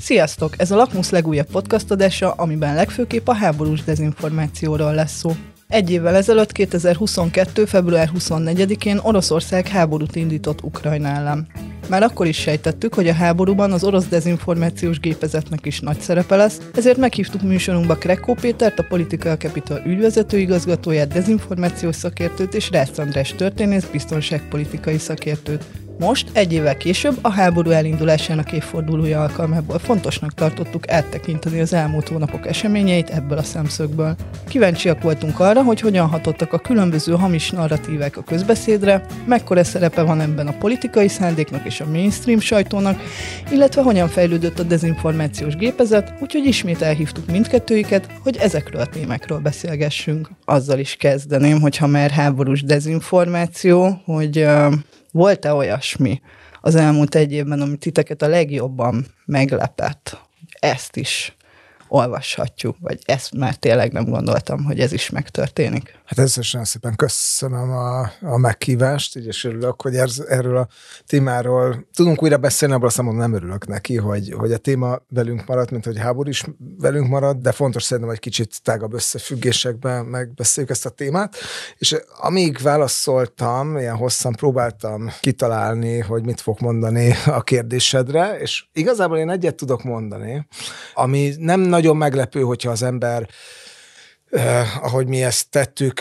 Sziasztok! Ez a Lakmusz legújabb podcast adása, amiben legfőképp a háborús dezinformációról lesz szó. Egy évvel ezelőtt, 2022. február 24-én Oroszország háborút indított Ukrajna ellen. Már akkor is sejtettük, hogy a háborúban az orosz dezinformációs gépezetnek is nagy szerepe lesz, ezért meghívtuk műsorunkba Krekó Pétert, a Political Capital ügyvezető igazgatóját, dezinformációs szakértőt és Rácz András történész, biztonságpolitikai szakértőt. Most, egy évvel később, a háború elindulásának évfordulója alkalmából fontosnak tartottuk áttekinteni az elmúlt hónapok eseményeit ebből a szemszögből. Kíváncsiak voltunk arra, hogy hogyan hatottak a különböző hamis narratívák a közbeszédre, mekkora szerepe van ebben a politikai szándéknak és a mainstream sajtónak, illetve hogyan fejlődött a dezinformációs gépezet, úgyhogy ismét elhívtuk mindkettőiket, hogy ezekről a témákról beszélgessünk. Azzal is kezdeném, hogyha már háborús dezinformáció, hogy volt-e olyasmi az elmúlt egy évben, ami titeket a legjobban meglepett? Ezt is olvashatjuk, vagy ezt már tényleg nem gondoltam, hogy ez is megtörténik. Hát először szépen köszönöm a meghívást, így és örülök, hogy erről a témáról tudunk újra beszélni, abban a számomra nem örülök neki, hogy a téma velünk maradt, mint hogy háború is velünk maradt, de fontos szerintem, hogy kicsit tágabb összefüggésekben megbeszéljük ezt a témát, és amíg válaszoltam, ilyen hosszan próbáltam kitalálni, hogy mit fog mondani a kérdésedre, és igazából én egyet tudok mondani, ami nem nagyon meglepő, hogyha az ember ahogy mi ezt tettük,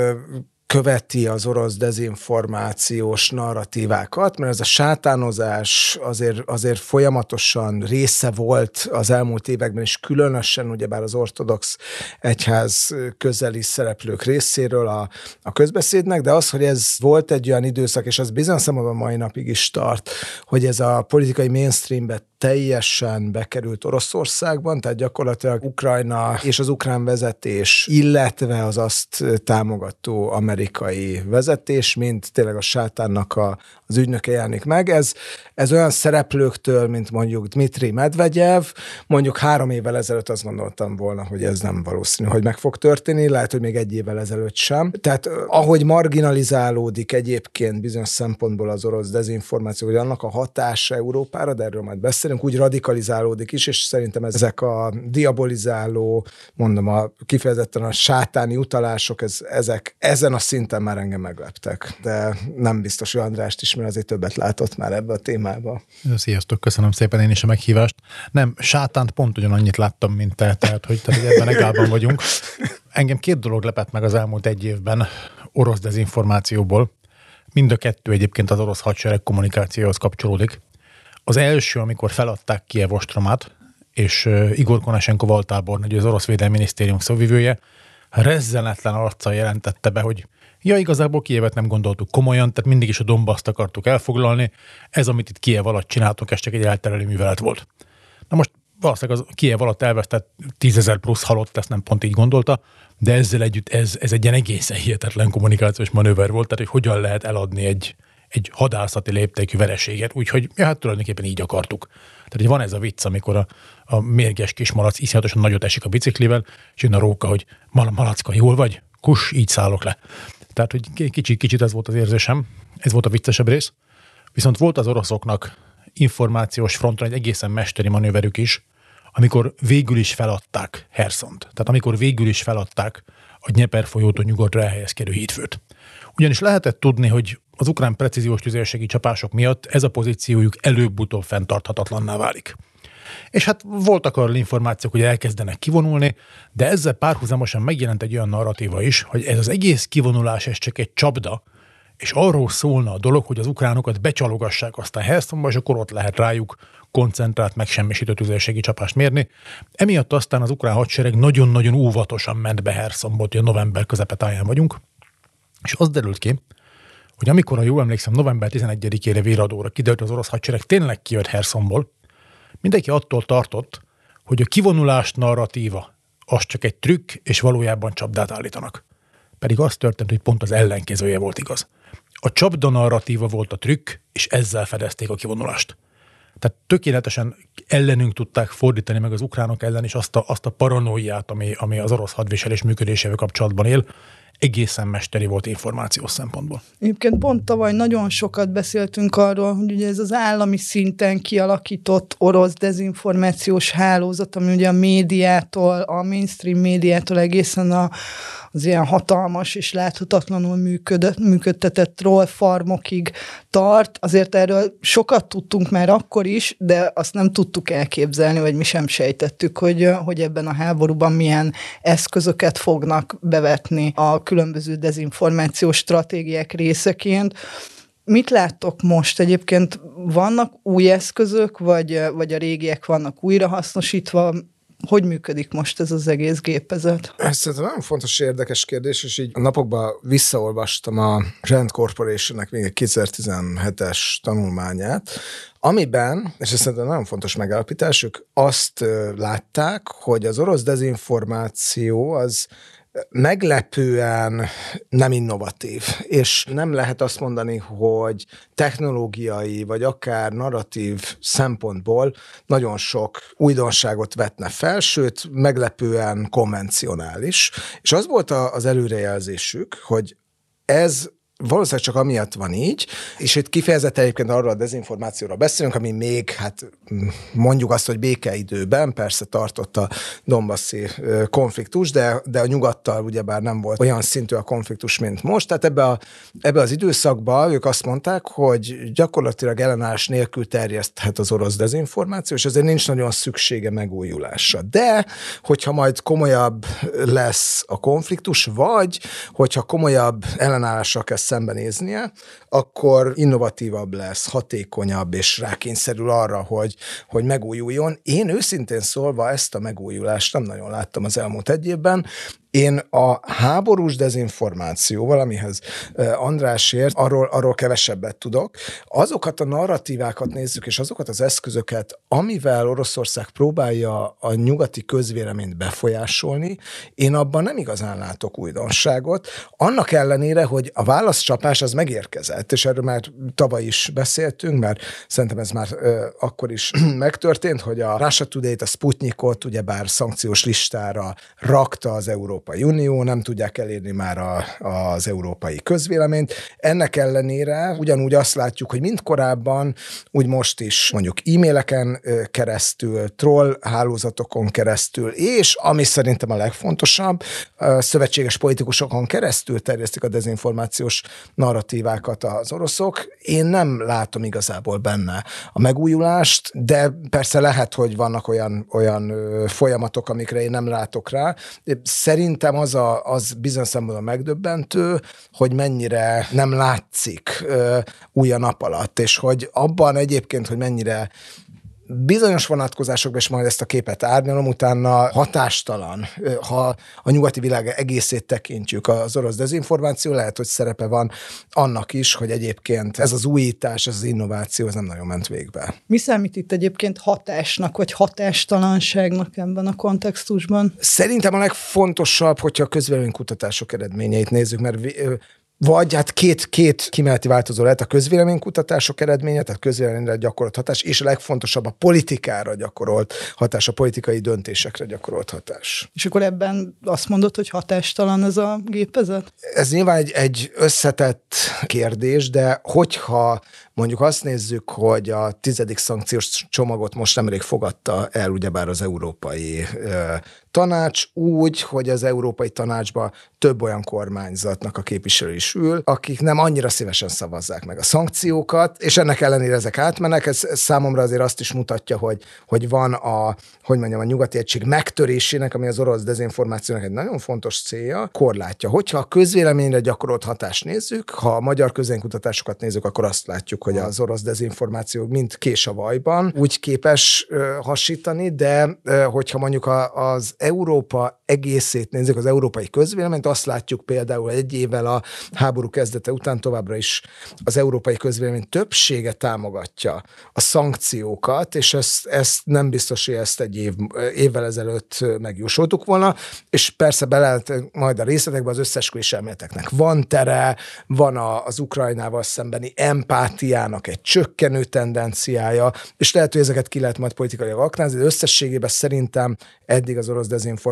követi az orosz dezinformációs narratívákat, mert ez a sátánozás azért folyamatosan része volt az elmúlt években, és különösen ugyebár az ortodox egyház közeli szereplők részéről a közbeszédnek, de az, hogy ez volt egy olyan időszak, és az bizony számomra mai napig is tart, hogy ez a politikai mainstreambe teljesen bekerült Oroszországban, tehát gyakorlatilag Ukrajna és az ukrán vezetés, illetve az azt támogató amerikai vezetés, mint tényleg a sátánnak az ügynöke jelenik meg. Ez olyan szereplőktől, mint mondjuk Dmitri Medvegyev, mondjuk 3 évvel ezelőtt azt gondoltam volna, hogy ez nem valószínű, hogy meg fog történni, lehet, hogy még 1 évvel ezelőtt sem. Tehát ahogy marginalizálódik egyébként bizonyos szempontból az orosz dezinformáció, hogy annak a hatása Európára, de erről majd beszélünk, úgy radikalizálódik is, és szerintem ezek a diabolizáló, mondom, kifejezetten a sátáni utalások, ezek ezen a szinten már engem megleptek. De nem biztos, hogy Andrást is, mert azért többet látott már ebbe a témába. Sziasztok, köszönöm szépen én is a meghívást. Nem, sátánt pont ugyanannyit láttam, mint te, tehát hogy ebben egálban vagyunk. Engem 2 dolog lepett meg az elmúlt 1 évben orosz dezinformációból. Mind a 2 egyébként az orosz hadsereg kommunikációhoz kapcsolódik. Az első, amikor feladták Kijev ostromát, és Igor Konashenko altábornagy, az orosz védelmi minisztérium szóvivője, rezzenetlen arccal jelentette be, hogy igazából Kijevet nem gondoltuk komolyan, tehát mindig is a Donbaszt akartuk elfoglalni, ez, amit itt Kijev alatt csináltunk, ez csak egy elterelő művelet volt. Na most valószínűleg az Kijev alatt elvesztett 10 000 plusz halott, ezt nem pont így gondolta, de ezzel együtt ez egy ilyen egészen hihetetlen kommunikációs manőver volt, tehát hogy hogyan lehet eladni egy hadászati léptékű vereséget, úgyhogy hát tulajdonképpen így akartuk. Tehát hogy van ez a vicc, amikor a mérges kismalac iszonyatosan nagyot esik a biciklivel, és jön a róka, hogy malacka, jól vagy? Kus, így szállok le. Tehát, hogy kicsit ez volt az érzésem, ez volt a viccesebb rész. Viszont volt az oroszoknak információs fronton egy egészen mesteri manőverük is, amikor végül is feladták Herszont. Tehát amikor végül is feladták a Dnyeper folyótól nyugatra elhelyezkedő hídfőt. Ugyanis lehetett tudni, hogy az ukrán precíziós tüzérségi csapások miatt ez a pozíciójuk előbb-utóbb fenntarthatatlanná válik. És hát voltak arról információk, hogy elkezdenek kivonulni, de ezzel párhuzamosan megjelent egy olyan narratíva is, hogy ez az egész kivonulás, ez csak egy csapda, és arról szólna a dolog, hogy az ukránokat becsalogassák aztán Herszonba, és akkor ott lehet rájuk koncentrált, megsemmisítő tüzérségi csapást mérni. Emiatt aztán az ukrán hadsereg nagyon-nagyon óvatosan ment be Herszonba, hogy a november közepetáján vagyunk, és az derült ki, hogy amikor, ha jól emlékszem, november 11-ére véradóra kiderült, az orosz hadsereg tényleg kijött Herszonból, mindenki attól tartott, hogy a kivonulás narratíva az csak egy trükk, és valójában csapdát állítanak. Pedig az történt, hogy pont az ellenkezője volt igaz. A csapda narratíva volt a trükk, és ezzel fedezték a kivonulást. Tehát tökéletesen ellenünk tudták fordítani meg az ukránok ellen is azt a paranoiát, ami az orosz hadviselés működésével kapcsolatban él. egészen mesteri volt információs szempontból. Egyébként pont tavaly nagyon sokat beszéltünk arról, hogy ugye ez az állami szinten kialakított orosz dezinformációs hálózat, ami ugye a médiától, a mainstream médiától egészen az ilyen hatalmas és láthatatlanul működtetett trollfarmokig tart. Azért erről sokat tudtunk már akkor is, de azt nem tudtuk elképzelni, vagy mi sem sejtettük, hogy ebben a háborúban milyen eszközöket fognak bevetni a különböző dezinformációs stratégiák részeként. Mit láttok most? Egyébként vannak új eszközök, vagy a régiek vannak újrahasznosítva? Hogy működik most ez az egész gépezet? Ez szerintem nagyon fontos, érdekes kérdés, és így a napokban visszaolvastam a Rand Corporation-nek még egy 2017-es tanulmányát, amiben, és ez szerintem nagyon fontos megállapítás, ők azt látták, hogy az orosz dezinformáció az meglepően nem innovatív, és nem lehet azt mondani, hogy technológiai, vagy akár narratív szempontból nagyon sok újdonságot vetne fel, sőt, meglepően konvencionális. És az volt az előrejelzésük, hogy ez valószínűleg csak amiatt van így, és itt kifejezetten egyébként arról a dezinformációra beszélünk, ami még, hát mondjuk azt, hogy békeidőben persze tartott a donbassi konfliktus, de a nyugattal ugyebár nem volt olyan szintű a konfliktus, mint most. Tehát ebbe az időszakban ők azt mondták, hogy gyakorlatilag ellenállás nélkül terjeszthet az orosz dezinformáció, és ezért nincs nagyon szüksége megújulásra. De hogyha majd komolyabb lesz a konfliktus, vagy hogyha komolyabb ellenállásra kell szembenéznie, akkor innovatívabb lesz, hatékonyabb, és rákényszerül arra, hogy megújuljon. Én őszintén szólva ezt a megújulást nem nagyon láttam az elmúlt egy évben. Én a háborús dezinformációval, amihez András ért, arról kevesebbet tudok. Azokat a narratívákat nézzük, és azokat az eszközöket, amivel Oroszország próbálja a nyugati közvéleményt befolyásolni, én abban nem igazán látok újdonságot. Annak ellenére, hogy a válaszcsapás az megérkezett, és erről már tavaly is beszéltünk, mert szerintem ez már akkor is megtörtént, hogy a Russia Today-t, a Sputnikot ugyebár szankciós listára rakta az Európai Unió, nem tudják elérni már az európai közvéleményt. Ennek ellenére ugyanúgy azt látjuk, hogy mind korábban, úgy most is mondjuk e-maileken keresztül, troll hálózatokon keresztül, és ami szerintem a legfontosabb, szövetséges politikusokon keresztül terjesztik a dezinformációs narratívákat az oroszok. Én nem látom igazából benne a megújulást, de persze lehet, hogy vannak olyan folyamatok, amikre én nem látok rá. Szerintem az bizonyos szempontból megdöbbentő, hogy mennyire nem látszik új a nap alatt, és hogy abban egyébként, hogy mennyire bizonyos vonatkozásokban, és majd ezt a képet árnyalom, utána hatástalan, ha a nyugati világ egészét tekintjük, az orosz dezinformáció, lehet, hogy szerepe van annak is, hogy egyébként ez az újítás, ez az innováció, ez nem nagyon ment végbe. Mi számít itt egyébként hatásnak, vagy hatástalanságnak ebben a kontextusban? Szerintem a legfontosabb, hogyha a közvéleménykutatások eredményeit nézzük, mert vagy hát két kimeneti változó lehet a közvéleménykutatások eredménye, tehát közvéleményre gyakorolt hatás, és a legfontosabb a politikára gyakorolt hatás, a politikai döntésekre gyakorolt hatás. És akkor ebben azt mondod, hogy hatástalan ez a gépezet? Ez nyilván egy összetett kérdés, de hogyha mondjuk azt nézzük, hogy a 10. szankciós csomagot most nemrég fogadta el ugyebár az Európai Tanács úgy, hogy az Európai Tanácsban több olyan kormányzatnak a képviselő is ül, akik nem annyira szívesen szavazzák meg a szankciókat, és ennek ellenére ezek átmennek. Ez számomra azért azt is mutatja, hogy van a nyugati egység megtörésének, ami az orosz dezinformációnak egy nagyon fontos célja, korlátja. Hogyha a közvéleményre gyakorolt hatást nézzük, ha a magyar közvéleménykutatásokat nézzük, akkor azt látjuk, hogy az orosz dezinformáció mind kés a vajban úgy képes hasítani, de hogyha mondjuk az Európa egészét nézzük, az európai közvéleményt, azt látjuk például egy évvel a háború kezdete után továbbra is az európai közvélemény többsége támogatja a szankciókat, és ezt nem biztos, hogy ezt egy évvel ezelőtt megjósoltuk volna, és persze bele lehet majd a részletekbe, az összeesküvés elméleteknek van tere, van az Ukrajnával szembeni empátiának egy csökkenő tendenciája, és lehet, hogy ezeket ki lehet majd politikailag aknázni, de összességében szerintem eddig az orosz dezinformáció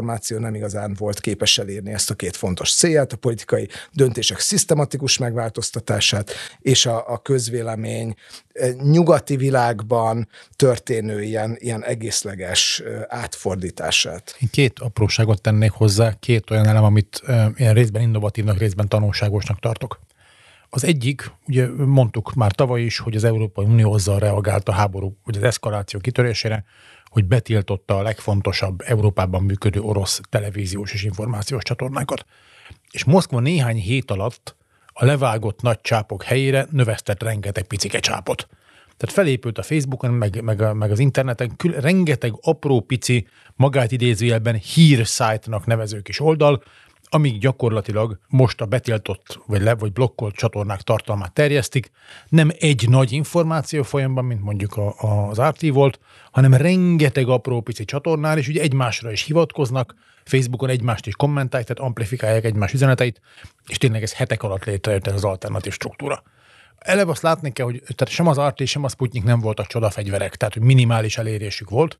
nem igazán volt képes elérni ezt a két fontos célját, a politikai döntések szisztematikus megváltoztatását, és a közvélemény nyugati világban történő ilyen egészleges átfordítását. Én két apróságot tennék hozzá, két olyan elem, amit ilyen részben innovatívnak, részben tanulságosnak tartok. Az egyik, ugye mondtuk már tavaly is, hogy az Európai Unió azzal reagált a háború, vagy az eszkaláció kitörésére, hogy betiltotta a legfontosabb Európában működő orosz televíziós és információs csatornákat. És Moszkva néhány hét alatt a levágott nagy csápok helyére növesztett rengeteg picike csápot. Tehát felépült a Facebookon, meg az interneten rengeteg apró pici, magát idézőjelben hírszájtnak nevező kis oldal, amíg gyakorlatilag most a betiltott vagy blokkolt csatornák tartalmát terjesztik, nem egy nagy információ folyamban, mint mondjuk az RT volt, hanem rengeteg apró pici csatornál, és ugye egymásra is hivatkoznak, Facebookon egymást is kommentálják, tehát amplifikálják egymás üzeneteit, és tényleg ez hetek alatt létrejött ez az alternatív struktúra. Eleve azt látni kell, hogy tehát sem az RT, sem a Sputnik nem voltak csodafegyverek, tehát hogy minimális elérésük volt,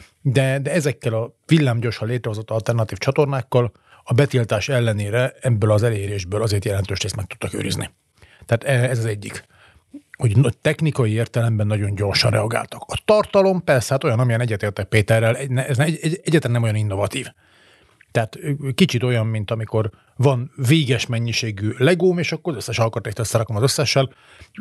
de ezekkel a villámgyorsan létrehozott alternatív csatornákkal a betiltás ellenére ebből az elérésből azért jelentős részt meg tudtak őrizni. Tehát ez az egyik, hogy technikai értelemben nagyon gyorsan reagáltak. A tartalom persze hát olyan, amilyen egyetértek Péterrel, ez egyáltalán nem olyan innovatív. Tehát kicsit olyan, mint amikor van véges mennyiségű legóm, és akkor az összes alkatrészt összerakom az összessel,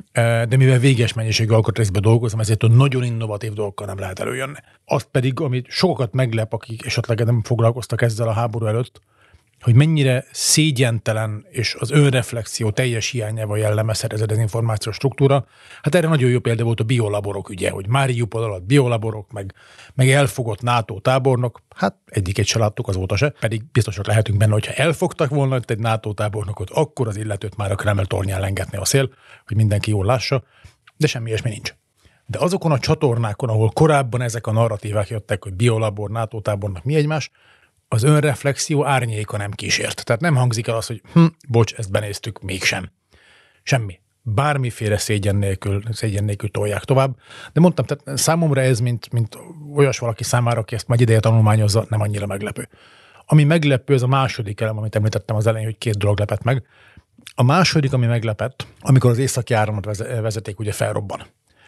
de mivel véges mennyiségű alkatrészben dolgozom, ezért a nagyon innovatív dolgokkal nem lehet előjönni. Azt pedig, amit sokakat meglep, akik esetleg nem foglalkoztak ezzel a háború előtt, hogy mennyire szégyentelen és az önreflexió teljes hiányával jellemezhet ez a dezinformációs struktúra. Hát erre nagyon jó példa volt a biolaborok ügye, hogy Mariupol alatt biolaborok, meg elfogott NATO tábornok, hát egyiket se láttuk azóta se, pedig biztosak lehetünk benne, hogyha elfogtak volna egy NATO tábornokot, akkor az illetőt már a Kreml tornyán lengetné a szél, hogy mindenki jól lássa, de semmi ilyesmi nincs. De azokon a csatornákon, ahol korábban ezek a narratívák jöttek, hogy biolabor, NATO tábornok, mi egymás, az önreflexió árnyéka nem kísért. Tehát nem hangzik el az, hogy bocs, ezt benéztük, mégsem. Semmi. Bármiféle szégyen nélkül tolják tovább. De mondtam, tehát számomra ez, mint olyas valaki számára, aki ezt majd ideje tanulmányozza, nem annyira meglepő. Ami meglepő, ez a második elem, amit említettem az elején, hogy két dolog lepett meg. A második, ami meglepett, amikor az északi áramot vezeték, ugye felrobban.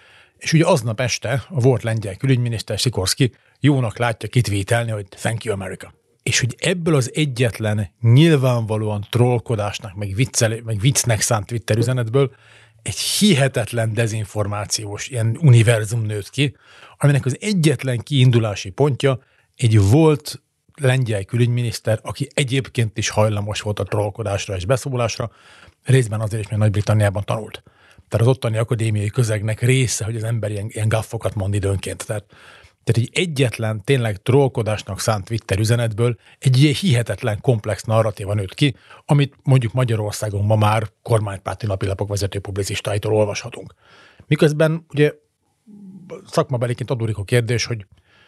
És ugye aznap este a volt lengyel külügyminiszter Sikorski jónak látja kitvítelni, hogy thank you America. És hogy ebből az egyetlen nyilvánvalóan trollkodásnak, meg viccnek szánt Twitter üzenetből egy hihetetlen dezinformációs ilyen univerzum nőtt ki, aminek az egyetlen kiindulási pontja egy volt lengyel külügyminiszter, aki egyébként is hajlamos volt a trollkodásra és beszólásra, részben azért is, mert Nagy-Britanniában tanult. Tehát az ottani akadémiai közegnek része, hogy az ember ilyen gaffokat mond időnként. Tehát egy egyetlen tényleg trollkodásnak szánt Twitter üzenetből egy ilyen hihetetlen komplex narratíva nőtt ki, amit mondjuk Magyarországon ma már kormánypárti napilapok vezető publicistáitól olvashatunk. Miközben ugye szakmabeliként adódik a kérdés, hogy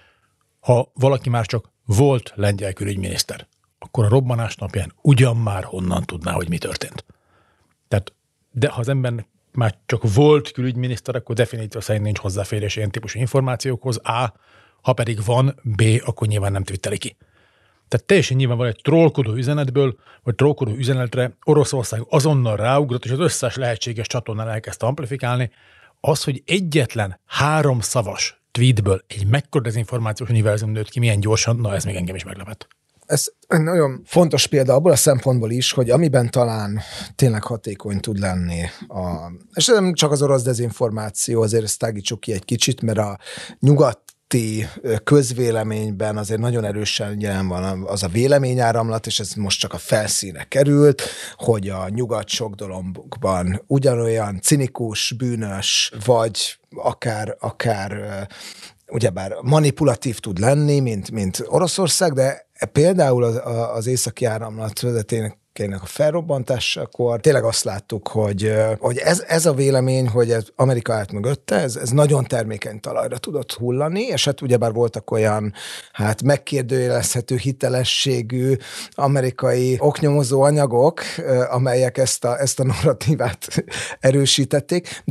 ha valaki már csak volt lengyel külügyminiszter, akkor a robbanás napján ugyan már honnan tudná, hogy mi történt. Tehát, de ha az ember már csak volt külügyminiszter, akkor definíció szerint nincs hozzáférés ilyen típusú információkhoz. A, ha pedig van, B, akkor nyilván nem twitteli ki. Tehát teljesen nyilvánvaló egy trollkodó üzenetből, vagy trollkodó üzenetre Oroszország azonnal ráugrott, és az összes lehetséges csatornán elkezdte amplifikálni. Az, hogy egyetlen 3 szavas tweetből egy mekkora dezinformációs univerzum nőtt ki, milyen gyorsan, na ez még engem is meglepett. Ez nagyon fontos példa abból a szempontból is, hogy amiben talán tényleg hatékony tud lenni, és nem csak az orosz dezinformáció, azért ezt tágítsuk ki egy kicsit, mert a nyugati közvéleményben azért nagyon erősen jelen van az a véleményáramlat, és ez most csak a felszíne került, hogy a nyugat sok dologban ugyanolyan cinikus, bűnös, vagy akár ugyebár manipulatív tud lenni, mint Oroszország, de például az északi áramlat vezetének a felrobbantásakor tényleg azt láttuk, hogy ez a vélemény, hogy Amerika állt mögötte, ez nagyon termékeny talajra tudott hullani, és hát ugyebár voltak olyan megkérdőjelezhető hitelességű amerikai oknyomozó anyagok, amelyek ezt a narratívát erősítették, de hogy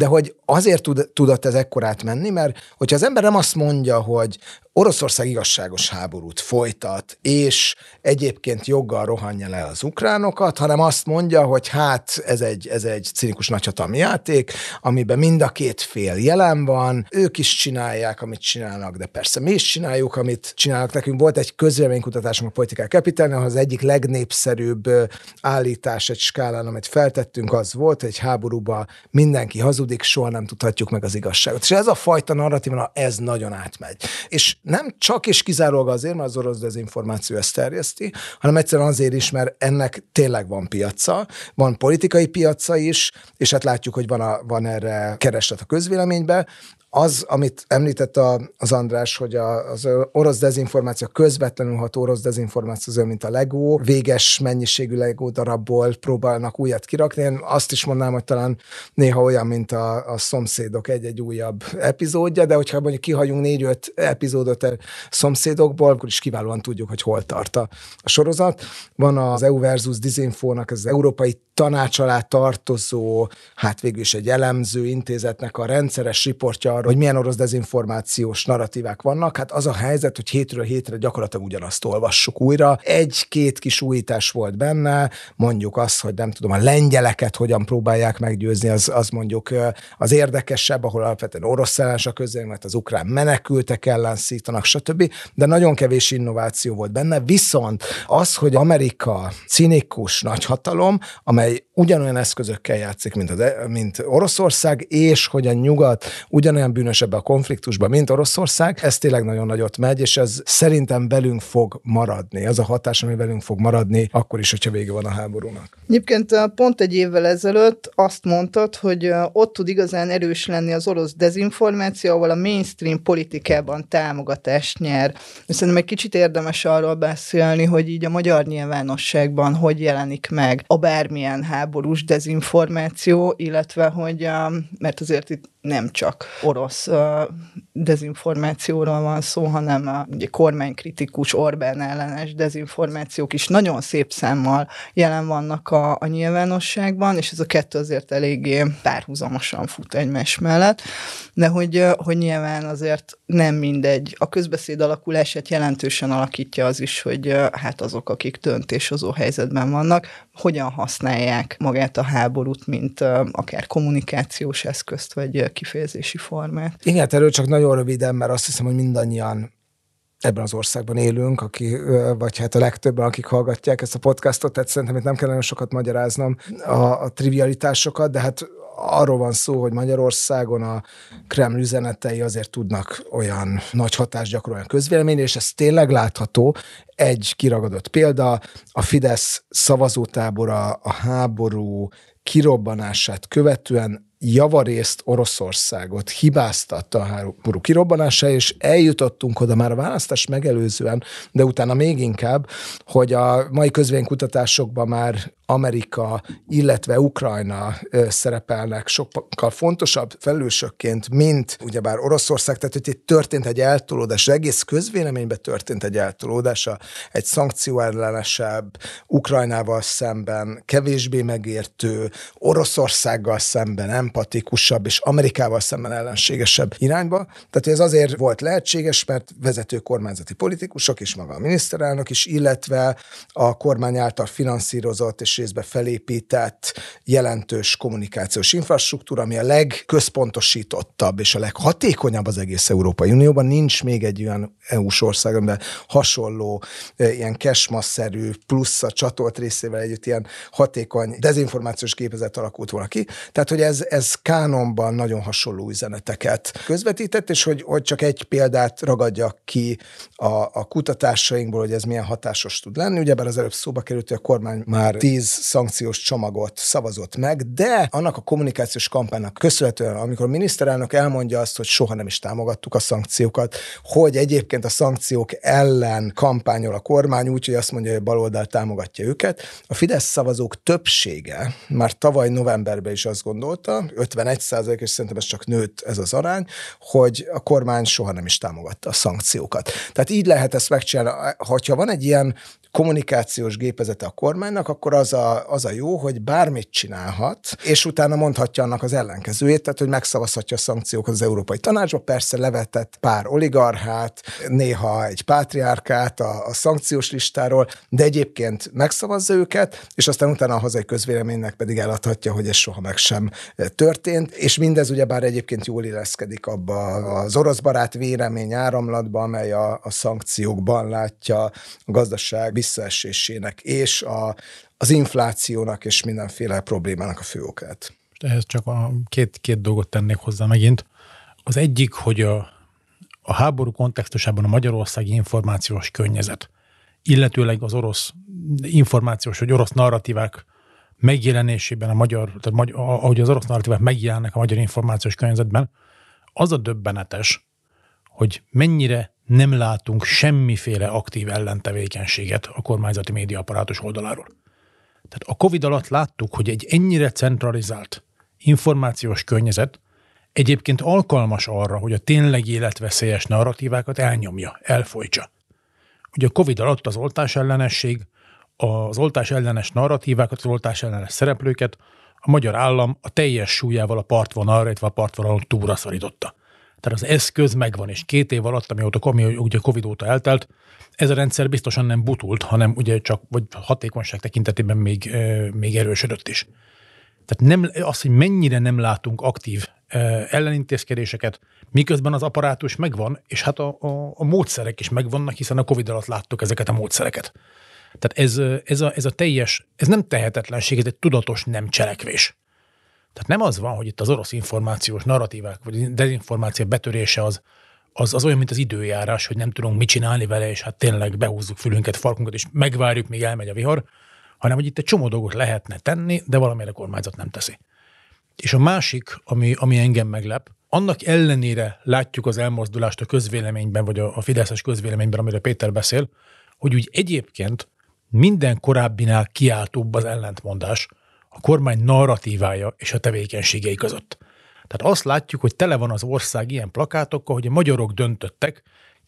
azért tudott ez ekkorát menni, mert hogyha az ember nem azt mondja, hogy Oroszország igazságos háborút folytat, és egyébként joggal rohanja le az ukránokat, hanem azt mondja, hogy hát ez egy cinikus nagyhatalmi játék, amiben mind a két fél jelen van, ők is csinálják, amit csinálnak, de persze mi is csináljuk, amit csinálnak. Nekünk volt egy közvéleménykutatásunk a Political Capitalnél, ahol az egyik legnépszerűbb állítás egy skálán, amit feltettünk, az volt, hogy egy háborúban mindenki hazudik, soha nem tudhatjuk meg az igazságot. És ez a fajta narratíva, ez nagyon átmegy. És nem csak és kizárólag azért, mert az orosz dezinformáció ezt terjeszti, hanem egyszerűen azért is, mert ennek tényleg van piaca, van politikai piaca is, és hát látjuk, hogy van erre kereslet a közvéleményben. Az, amit említett az András, hogy az orosz dezinformáció, közvetlenül ható orosz dezinformáció, olyan, mint a Lego, véges mennyiségű Lego darabból próbálnak újat kirakni. Én azt is mondanám, hogy talán néha olyan, mint a Szomszédok egy újabb epizódja, de hogyha mondjuk kihagyunk 4-5 epizódot a Szomszédokból, akkor is kiválóan tudjuk, hogy hol tart a sorozat. Van az EU versus Dizinfónak, az Európai Tanács alá tartozó, hát végül is egy elemző intézetnek a rendszeres riportja arra, hogy milyen orosz dezinformációs narratívák vannak. Hát az a helyzet, hogy hétről hétre gyakorlatilag ugyanazt olvassuk újra. Egy-két kis újítás volt benne, mondjuk az, hogy nem tudom, a lengyeleket hogyan próbálják meggyőzni, az mondjuk az érdekesebb, ahol alapvetően orosz ellenes a közvélemény, mert az ukrán menekültek ellen szítanak, stb. De nagyon kevés innováció volt benne. Viszont az, hogy Amerika cinikus nagyhatalom, amely ugyanolyan eszközökkel játszik, mint Oroszország, és hogy a nyugat ugyanolyan bűnös ebbe a konfliktusban, mint Oroszország, ez tényleg nagyon nagyot megy, és ez szerintem velünk fog maradni. Az a hatás, ami velünk fog maradni, akkor is, hogyha vége van a háborúnak. Egyébként pont egy évvel ezelőtt azt mondtad, hogy ott tud igazán erős lenni az orosz dezinformáció, ahol a mainstream politikában támogatást nyer. Szerintem egy kicsit érdemes arról beszélni, hogy így a magyar nyilvánosságban hogy jelenik meg a bármilyen háborús dezinformáció, illetve hogy, mert azért itt nem csak orosz dezinformációról van szó, hanem ugye kormánykritikus, Orbán ellenes dezinformációk is nagyon szép számmal jelen vannak a nyilvánosságban, és ez a kettő azért eléggé párhuzamosan fut egymás mellett, de hogy nyilván azért nem mindegy. A közbeszéd alakulását jelentősen alakítja az is, hogy hát azok, akik döntéshozó helyzetben vannak, hogyan használják magát a háborút, mint akár kommunikációs eszközt, vagy kifejezési formát. Igen, erről csak nagyon röviden, mert azt hiszem, hogy mindannyian ebben az országban élünk, vagy hát a legtöbben, akik hallgatják ezt a podcastot, tehát szerintem itt nem kell nagyon sokat magyaráznom a trivialitásokat, de hát arról van szó, hogy Magyarországon a Kreml üzenetei azért tudnak olyan nagy hatást gyakorolni a közvéleményre, és ez tényleg látható. Egy kiragadott példa, a Fidesz szavazótábora a háború kirobbanását követően javarészt Oroszországot hibáztatta a háború kirobbanása, és eljutottunk oda már a választást megelőzően, de utána még inkább, hogy a mai közvéleménykutatásokban már Amerika, illetve Ukrajna szerepelnek sokkal fontosabb felelősökként, mint ugyebár Oroszország, tehát hogy itt történt egy eltolódás, az egész közvéleményben történt egy eltolódás, egy szankcióellenesebb, Ukrajnával szemben kevésbé megértő, Oroszországgal szemben empatikusabb, és Amerikával szemben ellenségesebb irányba. Tehát ez azért volt lehetséges, mert vezető kormányzati politikusok és maga a miniszterelnök is, illetve a kormány által finanszírozott és részben felépített jelentős kommunikációs infrastruktúra, ami a legközpontosítottabb és a leghatékonyabb az egész Európai Unióban. Nincs még egy olyan EU-s ország, amiben hasonló ilyen cashma-szerű plusz a csatolt részével együtt ilyen hatékony dezinformációs gépezet alakult volna ki. Tehát, hogy ez kánonban nagyon hasonló üzeneteket közvetített, és hogy csak egy példát ragadjak ki a kutatásainkból, hogy ez milyen hatásos tud lenni. Ugyebár az előbb szóba került, hogy a kormány már 10 szankciós csomagot szavazott meg, de annak a kommunikációs kampánynak köszönhetően, amikor a miniszterelnök elmondja azt, hogy soha nem is támogattuk a szankciókat, hogy egyébként a szankciók ellen kampányol a kormány, úgyhogy azt mondja, hogy a baloldal támogatja őket. A Fidesz szavazók többsége már tavaly novemberben is azt gondolta, 51%, és szerintem ez csak nőtt ez az arány, hogy a kormány soha nem is támogatta a szankciókat. Tehát így lehet ezt megcsinálni. Hogyha van egy ilyen kommunikációs gépezete a kormánynak, akkor az a jó, hogy bármit csinálhat, és utána mondhatja annak az ellenkezőjét, tehát hogy megszavazhatja a szankciókat az Európai Tanácsba, persze levetett pár oligarchát, néha egy pátriárkát a szankciós listáról, de egyébként megszavazza őket, és aztán utána a hazai közvéleménynek pedig eladhatja, hogy ez soha meg sem történt, és mindez ugyebár egyébként jól illeszkedik abba az orosz barát vélemény áramlatba, amely a szankciókban látja a gazdaság visszaesésének és az inflációnak és mindenféle problémának a fő okát. Ehhez csak két dolgot tennék hozzá megint. Az egyik, hogy a háború kontextusában a magyarországi információs környezet, illetőleg az orosz információs, vagy orosz narratívák megjelenésében ahogy az orosz narratívák megjelennek a magyar információs környezetben, az a döbbenetes, hogy mennyire nem látunk semmiféle aktív ellentevékenységet a kormányzati médiaapparátus oldaláról. Tehát a Covid alatt láttuk, hogy egy ennyire centralizált információs környezet egyébként alkalmas arra, hogy a tényleg életveszélyes narratívákat elnyomja, elfojtsa. Ugye a Covid alatt az oltásellenesség, az oltásellenes narratívákat, az oltásellenes szereplőket a magyar állam a teljes súlyával a partvonalra, illetve a partvonalon túlra szorította. Tehát az eszköz megvan, és 2 év alatt, ami ugye Covid óta eltelt, ez a rendszer biztosan nem butult, hanem ugye csak vagy hatékonyság tekintetében még erősödött is. Tehát nem, az, hogy mennyire nem látunk aktív ellenintézkedéseket, miközben az apparátus megvan, és hát a módszerek is megvannak, hiszen a Covid alatt láttuk ezeket a módszereket. Tehát ez a teljes, ez nem tehetetlenség, ez egy tudatos nem cselekvés. Tehát nem az van, hogy itt az orosz információs narratívák, vagy dezinformáció betörése az olyan, mint az időjárás, hogy nem tudunk mit csinálni vele, és hát tényleg behúzzuk fülünket, farkunkat, és megvárjuk, míg elmegy a vihar, hanem hogy itt egy csomó dolgot lehetne tenni, de valamelyre a kormányzat nem teszi. És a másik, ami engem meglep, annak ellenére látjuk az elmozdulást a közvéleményben, vagy a fideszes közvéleményben, amiről Péter beszél, hogy úgy egyébként minden korábbinál kiáltóbb az ellentmondás a kormány narratívája és a tevékenységei között. Tehát azt látjuk, hogy tele van az ország ilyen plakátokkal, hogy a magyarok döntöttek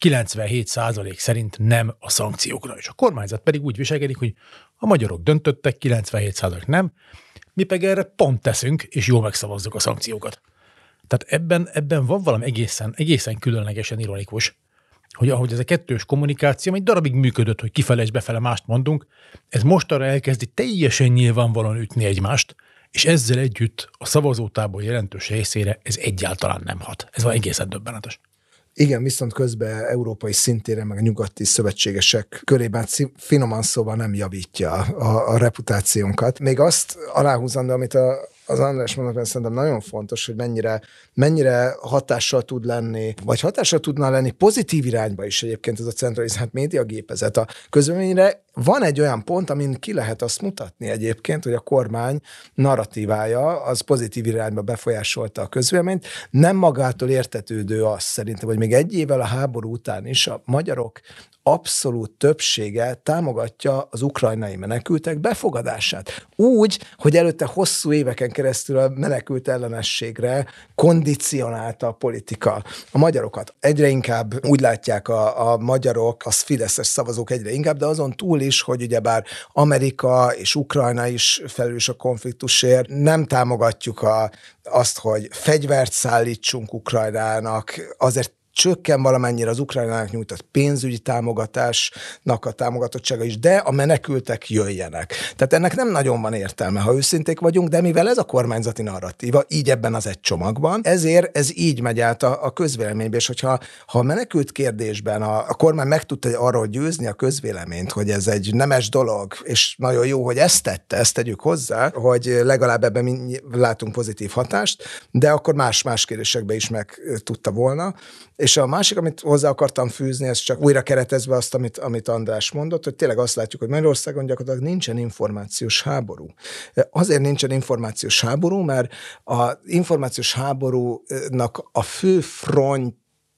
97% szerint nem a szankciókra. És a kormányzat pedig úgy viselkedik, hogy a magyarok döntöttek, 97% nem, mi pedig erre pont teszünk, és jól megszavazzuk a szankciókat. Tehát ebben van valami egészen különlegesen ironikus, hogy ahogy ez a kettős kommunikáció egy darabig működött, hogy kifele és befele mást mondunk, ez mostanra elkezdi teljesen nyilvánvalóan ütni egymást, és ezzel együtt a szavazótábor jelentős részére ez egyáltalán nem hat. Ez van egészen döbbenetes. Igen, viszont közben európai szintére, meg a nyugati szövetségesek körében finoman szóval nem javítja a reputációnkat. Még azt aláhúzom, de amit az András mondott, szerintem nagyon fontos, hogy mennyire hatással tud lenni, vagy hatással tudna lenni pozitív irányba is egyébként ez a centralizált médiagépezet. A közvéleményre van egy olyan pont, amin ki lehet azt mutatni egyébként, hogy a kormány narratívája az pozitív irányba befolyásolta a közvéleményt. Nem magától értetődő az szerintem, hogy még egy évvel a háború után is a magyarok abszolút többsége támogatja az ukrajnai menekültek befogadását. Úgy, hogy előtte hosszú éveken keresztül a menekült ellenességre kondicionálta a politika a magyarokat. Egyre inkább úgy látják a magyarok, az fideszes szavazók egyre inkább, de azon túl is, hogy ugyebár Amerika és Ukrajna is felelős a konfliktusért, nem támogatjuk azt, hogy fegyvert szállítsunk Ukrajnának, azért csökken valamennyire az Ukrajnának nyújtott pénzügyi támogatásnak a támogatottsága is, de a menekültek jöjjenek. Tehát ennek nem nagyon van értelme, ha őszinték vagyunk, de mivel ez a kormányzati narratíva, így ebben az egy csomagban, ezért ez így megy át a közvéleménybe, és hogyha a menekült kérdésben a kormány meg tudta arról győzni a közvéleményt, hogy ez egy nemes dolog, és nagyon jó, hogy ezt tette, ezt tegyük hozzá, hogy legalább ebben mi látunk pozitív hatást, de akkor más kérdésekben is meg tudta volna. És a másik, amit hozzá akartam fűzni, ez csak újra keretezve azt, amit András mondott, hogy tényleg azt látjuk, hogy Magyarországon gyakorlatilag nincsen információs háború. Azért nincsen információs háború, mert az információs háborúnak a fő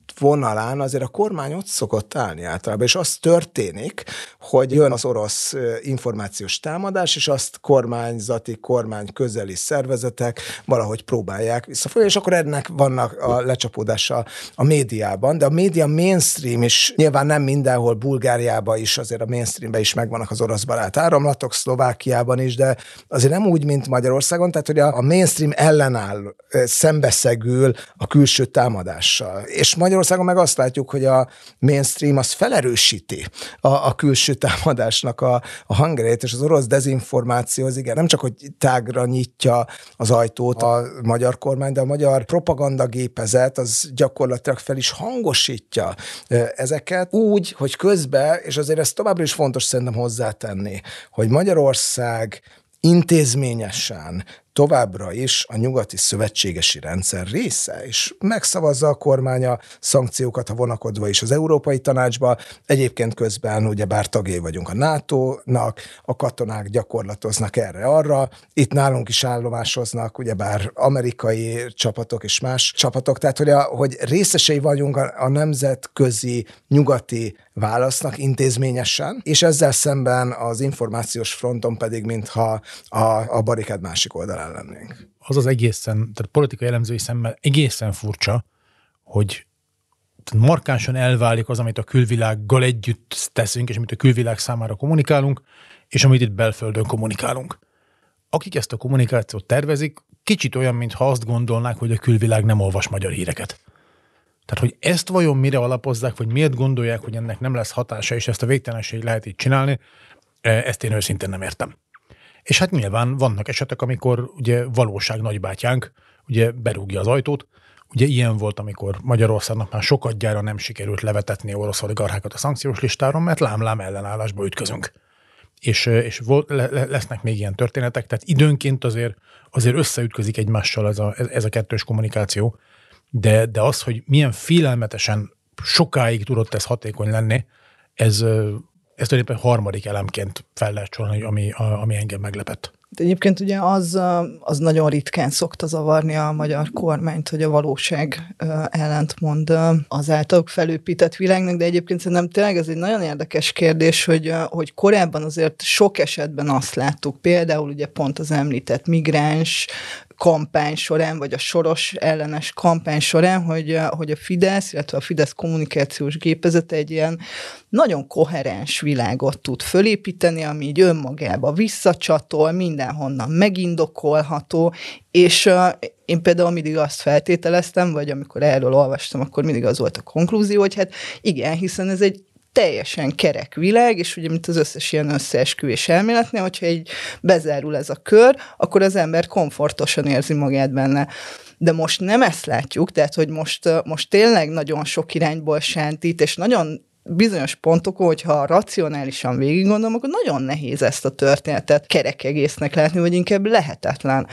vonalán azért a kormány ott szokott állni általában, és az történik, hogy jön az orosz információs támadás, és azt kormányzati, kormány közeli szervezetek valahogy próbálják visszafogni, és akkor ennek vannak a lecsapódása a médiában, de a média mainstream is, nyilván nem mindenhol, Bulgáriában is, azért a mainstreamben is megvannak az orosz barát áramlatok, Szlovákiában is, de azért nem úgy, mint Magyarországon, tehát hogy a mainstream ellenáll, szembeszegül a külső támadással. És Magyarországon meg azt látjuk, hogy a mainstream az felerősíti a külső támadásnak a hangerejét, és az orosz dezinformáció az igen, nem csak, hogy tágra nyitja az ajtót a magyar kormány, de a magyar propagandagépezet az gyakorlatilag fel is hangosítja ezeket úgy, hogy közben, és azért ez továbbra is fontos szerintem hozzátenni, hogy Magyarország intézményesen továbbra is a nyugati szövetségesi rendszer része, és megszavazza a kormány a szankciókat, ha vonakodva is az Európai Tanácsba. Egyébként közben ugyebár tagjai vagyunk a NATO-nak, a katonák gyakorlatoznak erre-arra, itt nálunk is állomásoznak, ugyebár amerikai csapatok és más csapatok, tehát hogy részesei vagyunk a nemzetközi nyugati válasznak intézményesen, és ezzel szemben az információs fronton pedig mintha a barikád másik oldalán lennénk. Az egészen, tehát politikai elemzői szemmel egészen furcsa, hogy markánsan elválik az, amit a külvilággal együtt teszünk, és amit a külvilág számára kommunikálunk, és amit itt belföldön kommunikálunk. Akik ezt a kommunikációt tervezik, kicsit olyan, mintha azt gondolnák, hogy a külvilág nem olvas magyar híreket. Tehát, hogy ezt vajon mire alapozzák, vagy miért gondolják, hogy ennek nem lesz hatása, és ezt a végtelenség lehet így csinálni, ezt én őszintén nem értem. És hát nyilván vannak esetek, amikor ugye valóság nagybátyánk ugye berúgja az ajtót. Ugye ilyen volt, amikor Magyarországnak már sokadjára nem sikerült levetetni orosz oligarchákat a szankciós listáron, mert lám-lám ellenállásba ütközünk. És lesznek még ilyen történetek, tehát időnként azért összeütközik egymással ez a kettős kommunikáció, de az, hogy milyen félelmetesen sokáig tudott ez hatékony lenni, ez tulajdonképpen harmadik elemként fel lehet sorolni, ami engem meglepett. De egyébként ugye az nagyon ritkán szokta zavarni a magyar kormányt, hogy a valóság ellentmond az általuk felépített világnak, de egyébként szerintem tényleg ez egy nagyon érdekes kérdés, hogy korábban azért sok esetben azt láttuk, például ugye pont az említett migráns kampány során, vagy a Soros ellenes kampány során, hogy a Fidesz, illetve a Fidesz kommunikációs gépezete egy ilyen nagyon koherens világot tud fölépíteni, ami így önmagába visszacsatol, mindenhonnan megindokolható, és én például mindig azt feltételeztem, vagy amikor erről olvastam, akkor mindig az volt a konklúzió, hogy hát igen, hiszen ez egy teljesen kerek világ, és ugye, mint az összes ilyen összeesküvés elméletnél, hogyha így bezárul ez a kör, akkor az ember komfortosan érzi magát benne. De most nem ezt látjuk, tehát, hogy most tényleg nagyon sok irányból sántít, és nagyon bizonyos pontokon, hogyha racionálisan végig gondolom, akkor nagyon nehéz ezt a történetet kerek egésznek látni, vagy inkább lehetetlen.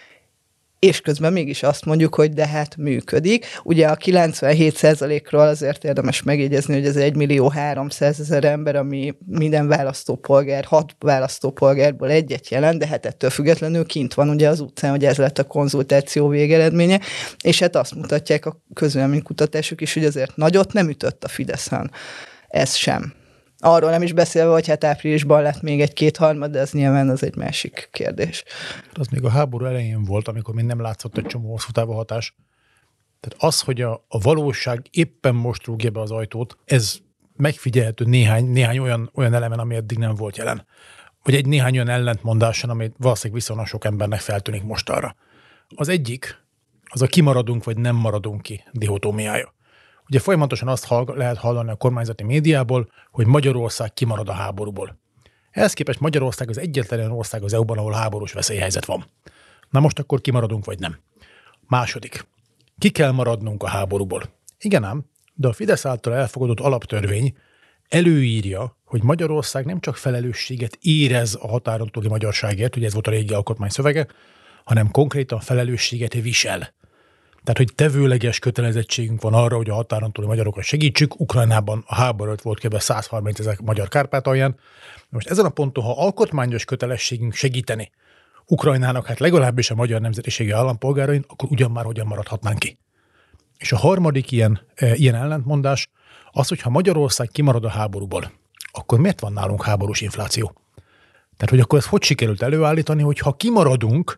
És közben mégis azt mondjuk, hogy de hát működik. Ugye a 97%-ról azért érdemes megjegyezni, hogy ez 1.300.000 ember, ami minden választópolgár, 6 választópolgárból egyet jelent, de hát ettől függetlenül kint van ugye az utcán, hogy ez lett a konzultáció végeredménye, és hát azt mutatják a közvéleménykutatások is, hogy azért nagyot nem ütött a Fideszen. Ez sem. Arról nem is beszélve, hogy hát áprilisban lett még egy 2/3, de ez nyilván az egy másik kérdés. Az még a háború elején volt, amikor még nem látszott egy csomó hosszú távú hatás. Tehát az, hogy a valóság éppen most rúgja be az ajtót, ez megfigyelhető néhány olyan elemen, ami eddig nem volt jelen. Vagy egy néhány olyan ellentmondáson, amit valószínűleg viszonylag sok embernek feltűnik mostanra. Az egyik, az a kimaradunk vagy nem maradunk ki dihotómiája. Ugye folyamatosan azt lehet hallani a kormányzati médiából, hogy Magyarország kimarad a háborúból. Ehhez képest Magyarország az egyetlen ország az EU-ban, ahol háborús veszélyhelyzet van. Na most akkor kimaradunk vagy nem? Második. Ki kell maradnunk a háborúból? Igen ám, de a Fidesz által elfogadott alaptörvény előírja, hogy Magyarország nem csak felelősséget érez a határon túli magyarságért, ugye ez volt a régi alkotmány szövege, hanem konkrétan felelősséget visel. Tehát, hogy tevőleges kötelezettségünk van arra, hogy a határon túli magyarokat segítsük. Ukrajnában a háború volt kb. 130 000 magyar Kárpátalján. Most ezen a ponton, ha alkotmányos kötelességünk segíteni Ukrajnának, hát legalábbis a magyar nemzetiségi állampolgárain, akkor ugyan maradhatnánk ki. És a harmadik ilyen ellentmondás az, hogy ha Magyarország kimarad a háborúból, akkor miért van nálunk háborús infláció? Tehát, hogy akkor ezt hogy sikerült előállítani, hogy ha kimaradunk,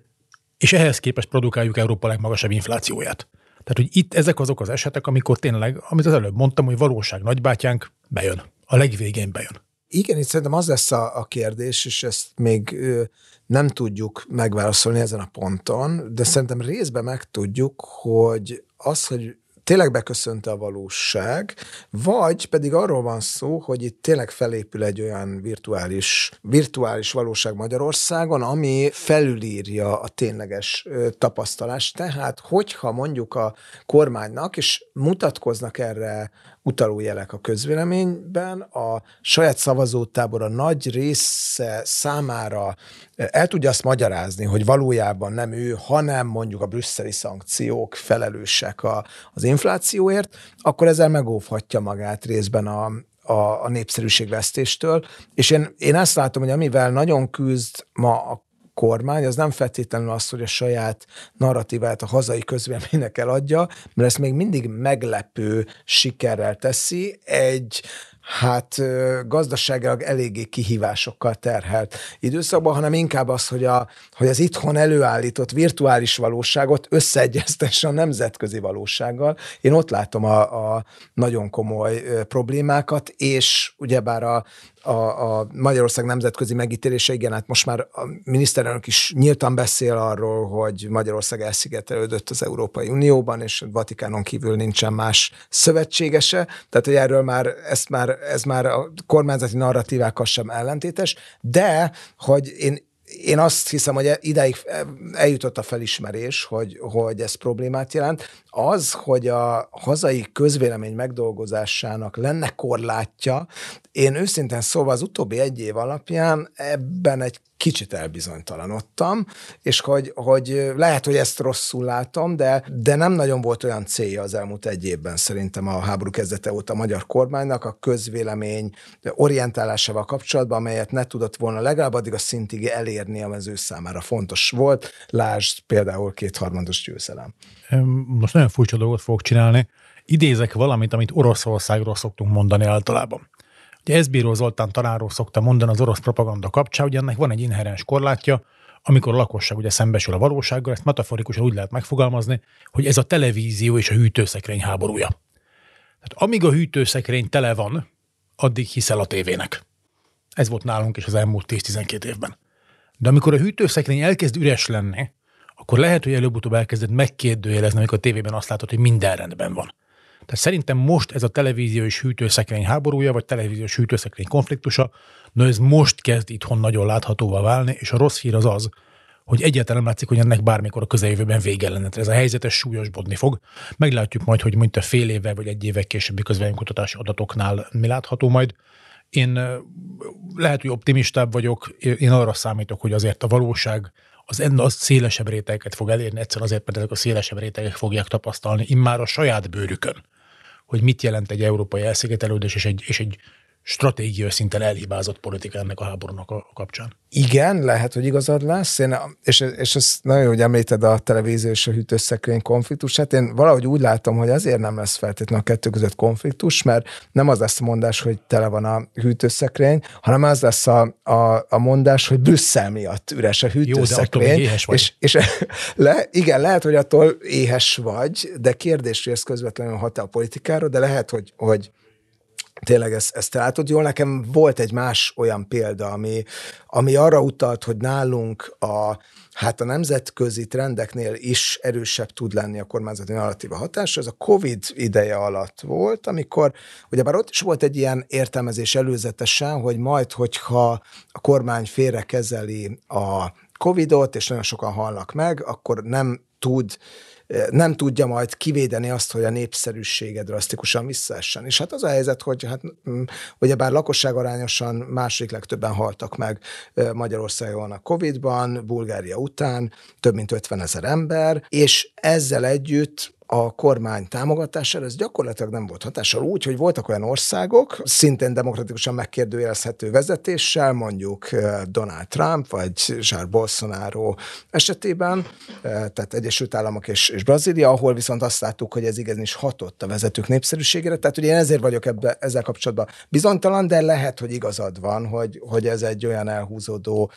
és ehhez képest produkáljuk Európa legmagasabb inflációját. Tehát, hogy itt ezek azok az esetek, amikor tényleg, amit az előbb mondtam, hogy valóság nagybátyánk bejön. A legvégén bejön. Igen, itt szerintem az lesz a kérdés, és ezt még nem tudjuk megválaszolni ezen a ponton, de szerintem részben megtudjuk, hogy az, hogy tényleg beköszönte a valóság, vagy pedig arról van szó, hogy itt tényleg felépül egy olyan virtuális valóság Magyarországon, ami felülírja a tényleges tapasztalást. Tehát, hogyha mondjuk a kormánynak, és mutatkoznak erre utaló jelek a közvéleményben, a saját szavazótábora nagy része számára el tudja azt magyarázni, hogy valójában nem ő, hanem mondjuk a brüsszeli szankciók felelősek az inflációért, akkor ezzel megóvhatja magát részben a népszerűségvesztéstől. És én azt látom, hogy amivel nagyon küzd ma a kormány, az nem feltétlenül az, hogy a saját narratívát a hazai közvéleménynek eladja, mert ezt még mindig meglepő sikerrel teszi egy gazdaságilag eléggé kihívásokkal terhelt időszakban, hanem inkább az, hogy az itthon előállított virtuális valóságot összeegyeztesse a nemzetközi valósággal. Én ott látom a nagyon komoly problémákat, és ugyebár a Magyarország nemzetközi megítélése, igen, hát most már a miniszterelnök is nyíltan beszél arról, hogy Magyarország elszigetelődött az Európai Unióban, és a Vatikánon kívül nincsen más szövetségese, tehát hogy erről ez már a kormányzati narratívákkal sem ellentétes, de hogy én azt hiszem, hogy idáig eljutott a felismerés, hogy ez problémát jelent. Az, hogy a hazai közvélemény megdolgozásának lenne korlátja, én őszintén szóval az utóbbi egy év alapján ebben egy kicsit elbizonytalanodtam, és hogy lehet, hogy ezt rosszul látom, de nem nagyon volt olyan célja az elmúlt egy évben szerintem a háború kezdete óta a magyar kormánynak a közvélemény orientálásával kapcsolatban, amelyet ne tudott volna legalább addig a szintig elérni, ami az ő számára fontos volt. Lásd például 2/3 győzelem. Most nagyon furcsa dolgot fogok csinálni. Idézek valamit, amit Oroszországról szoktunk mondani általában. Ugye Eszbíró Zoltán tanárról szokta mondani az orosz propaganda kapcsán, hogy ennek van egy inherens korlátja, amikor a lakosság ugye szembesül a valósággal, ezt metaforikusan úgy lehet megfogalmazni, hogy ez a televízió és a hűtőszekrény háborúja. Tehát amíg a hűtőszekrény tele van, addig hiszel a tévének. Ez volt nálunk is az elmúlt 10-12 évben. De amikor a hűtőszekrény elkezd üres lenni, akkor lehet, hogy előbb-utóbb elkezded megkérdőjelezni, amikor a tévében azt látod, hogy minden rendben van. Tehát szerintem most ez a televíziós hűtőszekrény háborúja, vagy televíziós hűtőszekrény konfliktusa, de ez most kezd itthon nagyon láthatóvá válni, és a rossz hír az, hogy egyáltalán nem látszik, hogy ennek bármikor a közeljövőben vége lenne. Ez a helyzet súlyosbodni fog. Meglátjuk majd, hogy mondjuk a fél évvel vagy egy évvel későbbi közvéleménykutatási adatoknál mi látható majd. Én lehet, hogy optimistább vagyok, én arra számítok, hogy azért a valóság az szélesebb rétegeket fog elérni, egyszerűen azért, mert ezek a szélesebb rétegek fogják tapasztalni immár a saját bőrükön, hogy mit jelent egy európai elszigetelődés és egy stratégiai szinten elhibázott politika ennek a háborúnak a kapcsán. Igen, lehet, hogy igazad lesz, és ezt nagyon, hogy említed a televízió és a hűtőszekrény konfliktusát, én valahogy úgy látom, hogy azért nem lesz feltétlenül a kettő között konfliktus, mert nem az lesz a mondás, hogy tele van a hűtőszekrény, hanem az lesz a mondás, hogy Brüsszel miatt üres a hűtőszekrény. Jó, de attól éhes vagy. Igen, lehet, hogy attól éhes vagy, de kérdés, hogy ez közvetlenül hat-e a politikára, de lehet, hogy tényleg ezt látod jól. Nekem volt egy más olyan példa, ami arra utalt, hogy nálunk a nemzetközi trendeknél is erősebb tud lenni a kormányzati narratíva hatása. Ez a Covid ideje alatt volt, amikor ugyebár ott is volt egy ilyen értelmezés előzetesen, hogy majd, hogyha a kormány félrekezeli a Covidot, és nagyon sokan halnak meg, akkor nem tudja majd kivédeni azt, hogy a népszerűsége drasztikusan visszaessen. És hát az a helyzet, hogy ugyebár lakosságarányosan második legtöbben haltak meg Magyarországon a Covid-ban, Bulgária után, több mint 50 000 ember, és ezzel együtt a kormány támogatására ez gyakorlatilag nem volt hatással úgy, hogy voltak olyan országok, szintén demokratikusan megkérdőjelezhető vezetéssel, mondjuk Donald Trump vagy Jair Bolsonaro esetében, tehát Egyesült Államok és Brazília, ahol viszont azt láttuk, hogy ez igenis hatott a vezetők népszerűségére. Tehát ugye én ezért vagyok ezzel kapcsolatban bizonytalan, de lehet, hogy igazad van, hogy ez egy olyan elhúzódó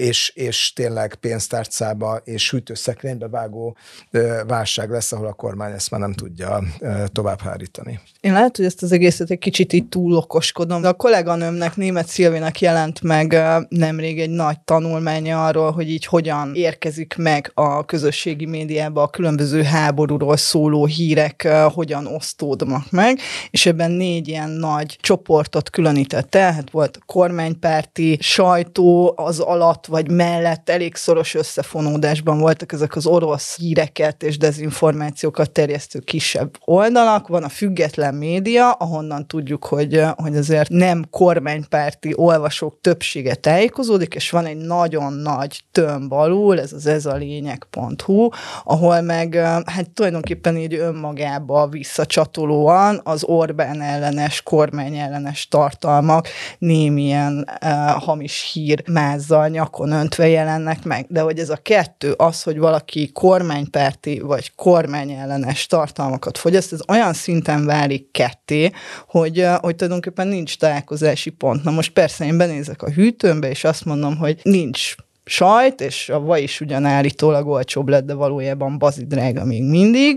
és tényleg pénztárcába és hűtőszekrénybe vágó válság lesz, ahol a kormány ezt már nem tudja tovább hárítani. Én lehet, hogy ezt az egészet egy kicsit így túl okoskodom, de a kolléganőmnek, Németh Szilvinek jelent meg nemrég egy nagy tanulmánya arról, hogy így hogyan érkezik meg a közösségi médiába a különböző háborúról szóló hírek, hogyan osztódnak meg, és ebben 4 ilyen nagy csoportot különített el, hát volt a kormánypárti sajtó, az alatt vagy mellett elég szoros összefonódásban voltak ezek az orosz híreket és dezinformációkat terjesztő kisebb oldalak, van a független média, ahonnan tudjuk, hogy azért nem kormánypárti olvasók többsége tájékozódik, és van egy nagyon nagy tömb alul, ez a lényeg.hu, ahol meg hát tulajdonképpen így önmagába visszacsatolóan az Orbán ellenes, kormány ellenes tartalmak némilyen hamis hír mázzal nyakon öntve jelennek meg. De hogy ez a kettő, az, hogy valaki kormánypárti vagy kormány ellenes tartalmakat fogyaszt, ez olyan szinten válik ketté, hogy tulajdonképpen nincs találkozási pont. Na most persze én benézek a hűtőmbe, és azt mondom, hogy nincs sajt, és a vaj is ugyan állítólag olcsóbb lett, de valójában bazidrága még mindig.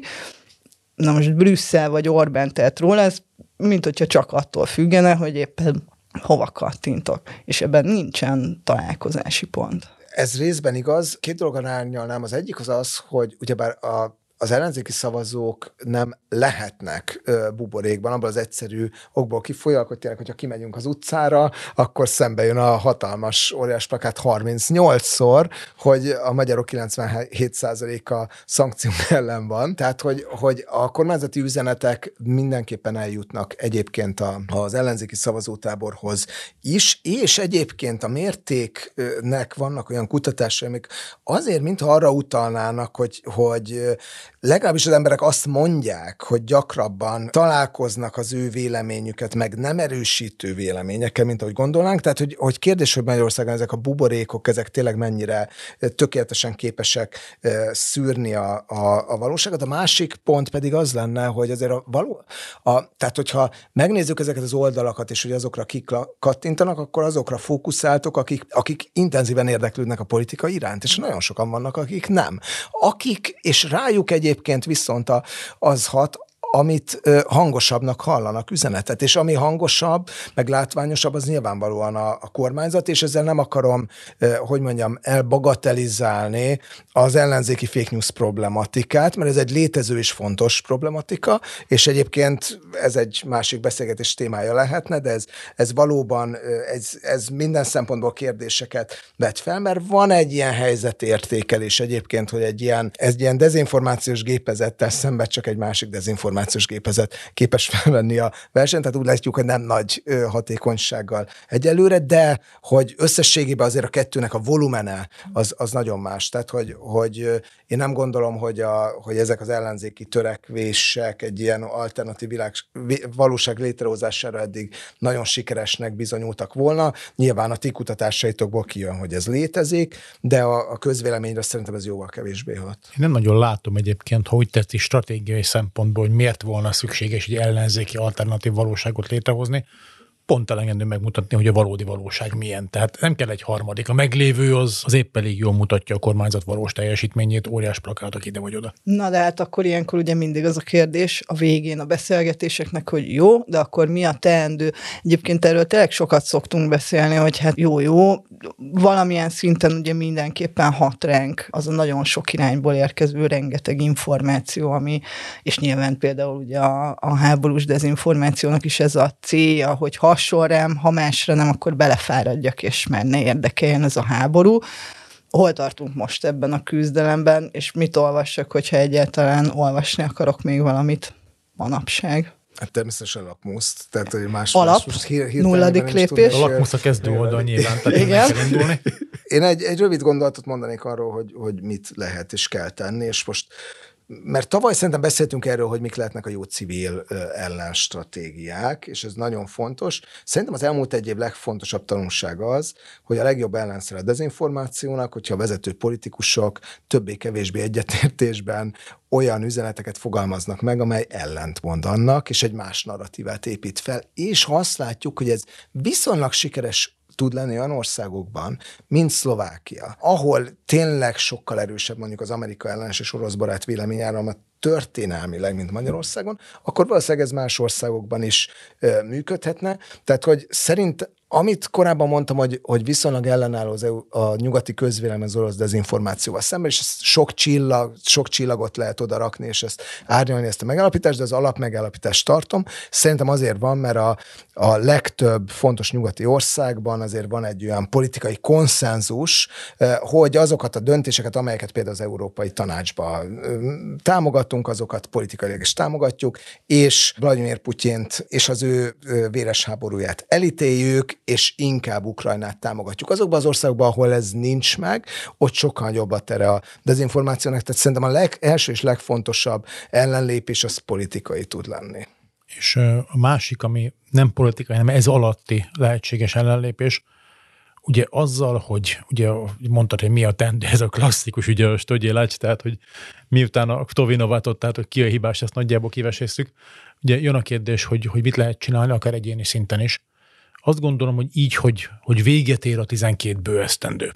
Na most Brüsszel vagy Orbán tehet róla, ez mint hogyha csak attól függene, hogy éppen hova kattintok. És ebben nincsen találkozási pont. Ez részben igaz. 2 dologon árnyalnám. Az egyik az, hogy ugyebár az ellenzéki szavazók nem lehetnek buborékban, abban az egyszerű okból kifolyólag, hogy tényleg, hogyha kimegyünk az utcára, akkor szembe jön a hatalmas óriás plakát 38-szor, hogy a magyarok 97%-a szankciók ellen van. Tehát, hogy a kormányzati üzenetek mindenképpen eljutnak egyébként az ellenzéki szavazótáborhoz is, és egyébként a mértéknek vannak olyan kutatásai, amik azért, mintha arra utalnának, hogy legalábbis az emberek azt mondják, hogy gyakrabban találkoznak az ő véleményüket, meg nem erősítő véleményekkel, mint ahogy gondolnánk. Tehát, hogy kérdés, hogy Magyarországon ezek a buborékok, ezek tényleg mennyire tökéletesen képesek szűrni a valóságot. A másik pont pedig az lenne, hogy azért tehát, hogyha megnézzük ezeket az oldalakat, és hogy azokra kattintanak, akkor azokra fókuszáltok, akik intenzíven érdeklődnek a politika iránt, és nagyon sokan vannak, akik nem. És rájuk egyébként viszont az hat, amit hangosabbnak hallanak üzenetet, és ami hangosabb, meg látványosabb, az nyilvánvalóan a kormányzat, és ezzel nem akarom, elbagatelizálni az ellenzéki fake news problematikát, mert ez egy létező és fontos problematika, és egyébként ez egy másik beszélgetés témája lehetne, de ez valóban, ez minden szempontból kérdéseket vet fel, mert van egy ilyen helyzetértékelés egyébként, hogy egy ilyen dezinformációs gépezettel szemben csak egy másik dezinformációs gépezet képes felvenni a versenyt, tehát úgy látjuk, hogy nem nagy hatékonysággal egyelőre, de hogy összességében azért a kettőnek a volumene az nagyon más. Tehát, hogy én nem gondolom, hogy ezek az ellenzéki törekvések egy ilyen alternatív valóság létrehozására eddig nagyon sikeresnek bizonyultak volna. Nyilván a ti kutatásaitokból kijön, hogy ez létezik, de a közvéleményre szerintem ez jóval kevésbé hat. Én nem nagyon látom egyébként, hogy tetszik stratégiai szempontból, hogy miért volna szükséges egy ellenzéki alternatív valóságot létrehozni. Pont elegendő megmutatni, hogy a valódi valóság milyen. Tehát nem kell egy harmadik. A meglévő az épp elég jól mutatja a kormányzat valós teljesítményét, óriás plakátok ide vagy oda. Na de hát akkor ilyenkor ugye mindig az a kérdés a végén a beszélgetéseknek, hogy jó, de akkor mi a teendő? Egyébként erről tényleg sokat szoktunk beszélni, hogy hát jó, valamilyen szinten ugye mindenképpen hat ránk az a nagyon sok irányból érkező rengeteg információ, és nyilván például ugye a háborús dezinformációnak is ez a célja, hogy hasonl rám, ha másra nem, akkor belefáradjak, és már ne érdekeljen ez a háború. Hol tartunk most ebben a küzdelemben, és mit olvassak, hogyha egyáltalán olvasni akarok még valamit manapság? Hát természetesen lakmuszt, tehát hogy más nulladik lépés. A lakmusz a kezdő oldal nyilván, tehát igen. Kell indulni. Én egy rövid gondolatot mondanék arról, hogy mit lehet és kell tenni, és most mert tavaly szerintem beszéltünk erről, hogy mik lehetnek a jó civil ellenstratégiák, és ez nagyon fontos. Szerintem az elmúlt egy év legfontosabb tanulsága az, hogy a legjobb ellenszer a dezinformációnak, hogyha a vezető politikusok többé-kevésbé egyetértésben olyan üzeneteket fogalmaznak meg, amely ellentmond annak, és egy más narratívát épít fel. És ha azt látjuk, hogy ez viszonylag sikeres tud lenni olyan országokban, mint Szlovákia, ahol tényleg sokkal erősebb mondjuk az Amerika ellenes és orosz barát véleményáramlat történelmileg, mint Magyarországon, akkor valószínűleg ez más országokban is működhetne. Tehát, hogy szerint amit korábban mondtam, hogy viszonylag ellenálló a nyugati közvélemény az orosz dezinformációval szemben, és sok csillagot lehet oda rakni, és ezt árnyalni ezt a megállapítást, de az alapmegállapítást tartom. Szerintem azért van, mert a legtöbb fontos nyugati országban azért van egy olyan politikai konszenzus, hogy azokat a döntéseket, amelyeket például az Európai Tanácsban támogatunk, azokat politikailag is támogatjuk, és Vladimir Putyint és az ő véres háborúját elítéljük, és inkább Ukrajnát támogatjuk. Azokban az országokban, ahol ez nincs meg, ott sokkal jobb a tere a dezinformációnak, tehát szerintem a első és legfontosabb ellenlépés az politikai tud lenni. És a másik, ami nem politikai, hanem ez alatti lehetséges ellenlépés, ugye azzal, hogy ugye mondtad, hogy mi a teendő, ez a klasszikus, ugye a Stogyélács, tehát hogy miután a kto vinovatott, tehát hogy ki a hibás, ezt nagyjából kivesézzük. Ugye jön a kérdés, hogy mit lehet csinálni, akár egyéni szinten is. Azt gondolom, hogy így, hogy véget ér a 12 bőesztendő,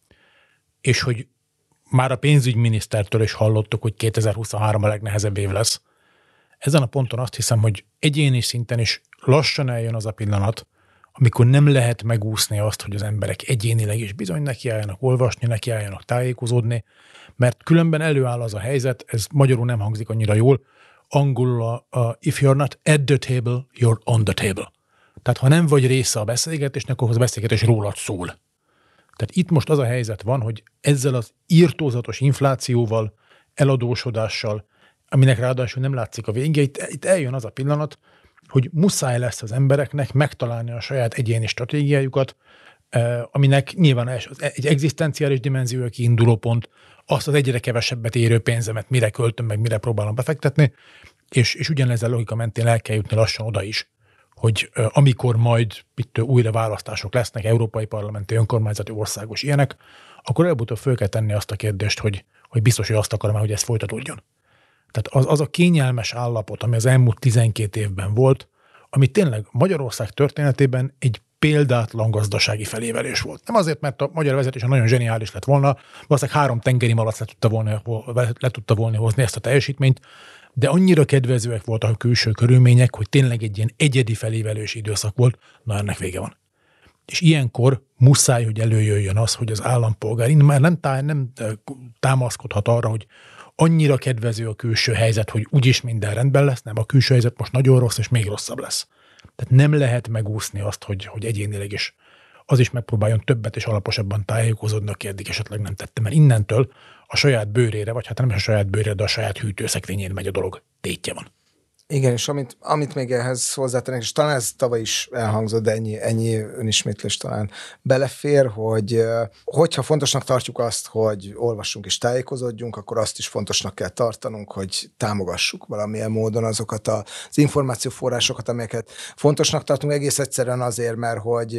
és hogy már a pénzügyminisztertől is hallottuk, hogy 2023 a legnehezebb év lesz. Ezen a ponton azt hiszem, hogy egyéni szinten is lassan eljön az a pillanat, amikor nem lehet megúszni azt, hogy az emberek egyénileg is bizony nekiálljanak olvasni, nekiálljanak tájékozódni, mert különben előáll az a helyzet, ez magyarul nem hangzik annyira jól, angolul if you're not at the table, you're on the table. Tehát ha nem vagy része a beszélgetésnek, akkor az beszélgetés rólad szól. Tehát itt most az a helyzet van, hogy ezzel az irtózatos inflációval, eladósodással, aminek ráadásul nem látszik a vége, itt eljön az a pillanat, hogy muszáj lesz az embereknek megtalálni a saját egyéni stratégiájukat, aminek nyilván egy egzisztenciális dimenzió kiinduló pont, azt az egyre kevesebbet érő pénzemet mire költöm, meg mire próbálom befektetni, és ugyanezzel logika mentén el kell jutni lassan oda is, hogy amikor majd újra választások lesznek, európai parlamenti, önkormányzati, országos ilyenek, akkor előbb-utóbb föl kell tenni azt a kérdést, hogy biztos, hogy azt akarom, hogy ez folytatódjon. Tehát az a kényelmes állapot, ami az elmúlt 12 évben volt, ami tényleg Magyarország történetében egy példátlan gazdasági felévelés volt. Nem azért, mert a magyar vezetés nagyon zseniális lett volna, valószínűleg 3 tengeri malac le tudta volna hozni ezt a teljesítményt, de annyira kedvezőek voltak a külső körülmények, hogy tényleg egy ilyen egyedi felévelős időszak volt, na ennek vége van. És ilyenkor muszáj, hogy előjöjjön az, hogy az állampolgár már nem támaszkodhat arra, hogy annyira kedvező a külső helyzet, hogy úgyis minden rendben lesz, nem, a külső helyzet most nagyon rossz, és még rosszabb lesz. Tehát nem lehet megúszni azt, hogy egyénileg is az is megpróbáljon többet és alaposabban tájékozódni, aki eddig esetleg nem tette, mert innentől a saját bőrére, vagy hát nem is a saját bőrére, de a saját hűtőszekrényén megy a dolog, tétje van. Igen, és amit még ehhez hozzátennek, és talán ez tavaly is elhangzott, de ennyi önismétlés talán belefér, hogyha fontosnak tartjuk azt, hogy olvassunk és tájékozódjunk, akkor azt is fontosnak kell tartanunk, hogy támogassuk valamilyen módon azokat az információforrásokat, amelyeket fontosnak tartunk, egész egyszerűen azért, mert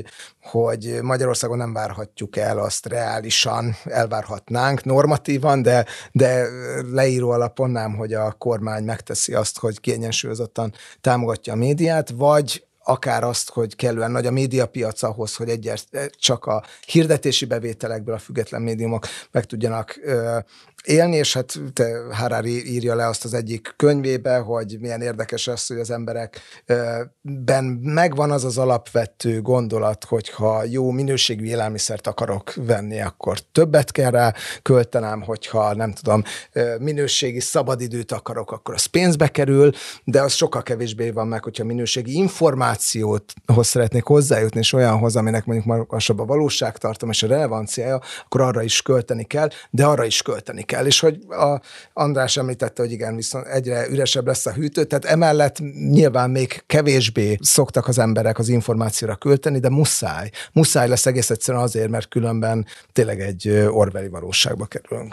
hogy Magyarországon nem várhatjuk el azt reálisan, elvárhatnánk normatívan, de leíró alapon nem, hogy a kormány megteszi azt, hogy kiegyensúlyozottan támogatja a médiát, vagy akár azt, hogy kellően nagy a médiapiac ahhoz, hogy csak a hirdetési bevételekből a független médiumok meg tudjanak élni, és hát Harari írja le azt az egyik könyvébe, hogy milyen érdekes az, hogy az emberekben megvan az az alapvető gondolat, hogyha jó minőségű élelmiszert akarok venni, akkor többet kell rá költenem, hogyha nem tudom, minőségi szabadidőt akarok, akkor az pénzbe kerül, de az sokkal kevésbé van meg, hogyha minőségi információhoz szeretnék hozzájutni, és olyanhoz, aminek mondjuk magasabb a valóságtartalom és a relevanciája, akkor arra is költeni kell, de arra is költeni kell. És hogy András említette, hogy igen, viszont egyre üresebb lesz a hűtő, tehát emellett nyilván még kevésbé szoktak az emberek az információra költeni, de muszáj lesz egész egyszerűen azért, mert különben tényleg egy orwelli valóságba kerülünk.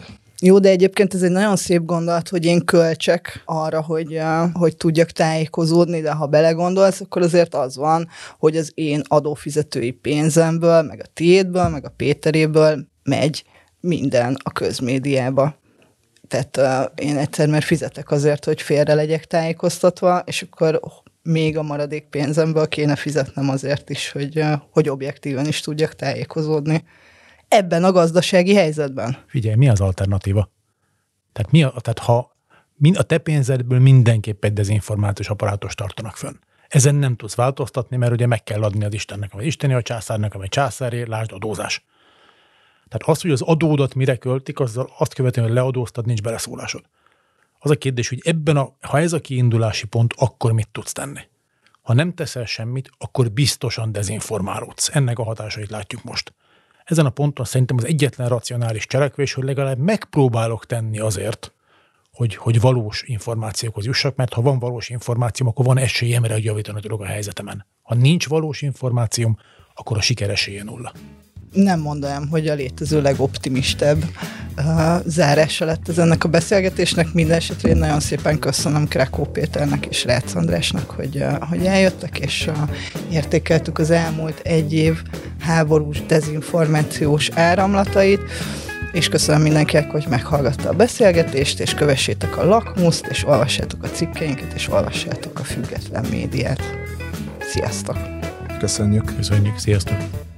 Jó, de egyébként ez egy nagyon szép gondolat, hogy én költsek arra, hogy tudjak tájékozódni, de ha belegondolsz, akkor azért az van, hogy az én adófizetői pénzemből, meg a tiédből, meg a Péteréből megy minden a közmédiába. Tehát én egyszer már fizetek azért, hogy félre legyek tájékoztatva, és akkor még a maradék pénzemből kéne fizetnem azért is, hogy objektíven is tudjak tájékozódni. Ebben a gazdasági helyzetben. Figyelj, mi az alternatíva? Tehát ha a te pénzedből mindenképp egy dezinformációs apparátus tartanak fönn. Ezen nem tudsz változtatni, mert ugye meg kell adni az Istennek, vagy isteni, a császárnak, vagy császáré, lásd adózás. Tehát az, hogy az adódat mire költik, azzal azt követően, hogy leadóztad, nincs beleszólásod. Az a kérdés, hogy ha ez a kiindulási pont, akkor mit tudsz tenni? Ha nem teszel semmit, akkor biztosan dezinformálódsz. Ennek a hatásait látjuk most. Ezen a ponton szerintem az egyetlen racionális cselekvés, hogy legalább megpróbálok tenni azért, hogy valós információkhoz jussak, mert ha van valós információm, akkor van esélyemre, hogy javítani tudok a helyzetemen. Ha nincs valós információm, akkor a siker esélye nulla. Nem mondanám, hogy a létező legoptimistább zárása lett ez ennek a beszélgetésnek. Minden esetre én nagyon szépen köszönöm Krekó Péternek és Rácz Andrásnak, hogy eljöttek, és értékeltük az elmúlt egy év háborús dezinformációs áramlatait, és köszönöm mindenkinek, hogy meghallgatta a beszélgetést, és kövessétek a Lakmuszt, és olvassátok a cikkeinket, és olvassátok a független médiát. Sziasztok! Köszönjük! Köszönjük, sziasztok!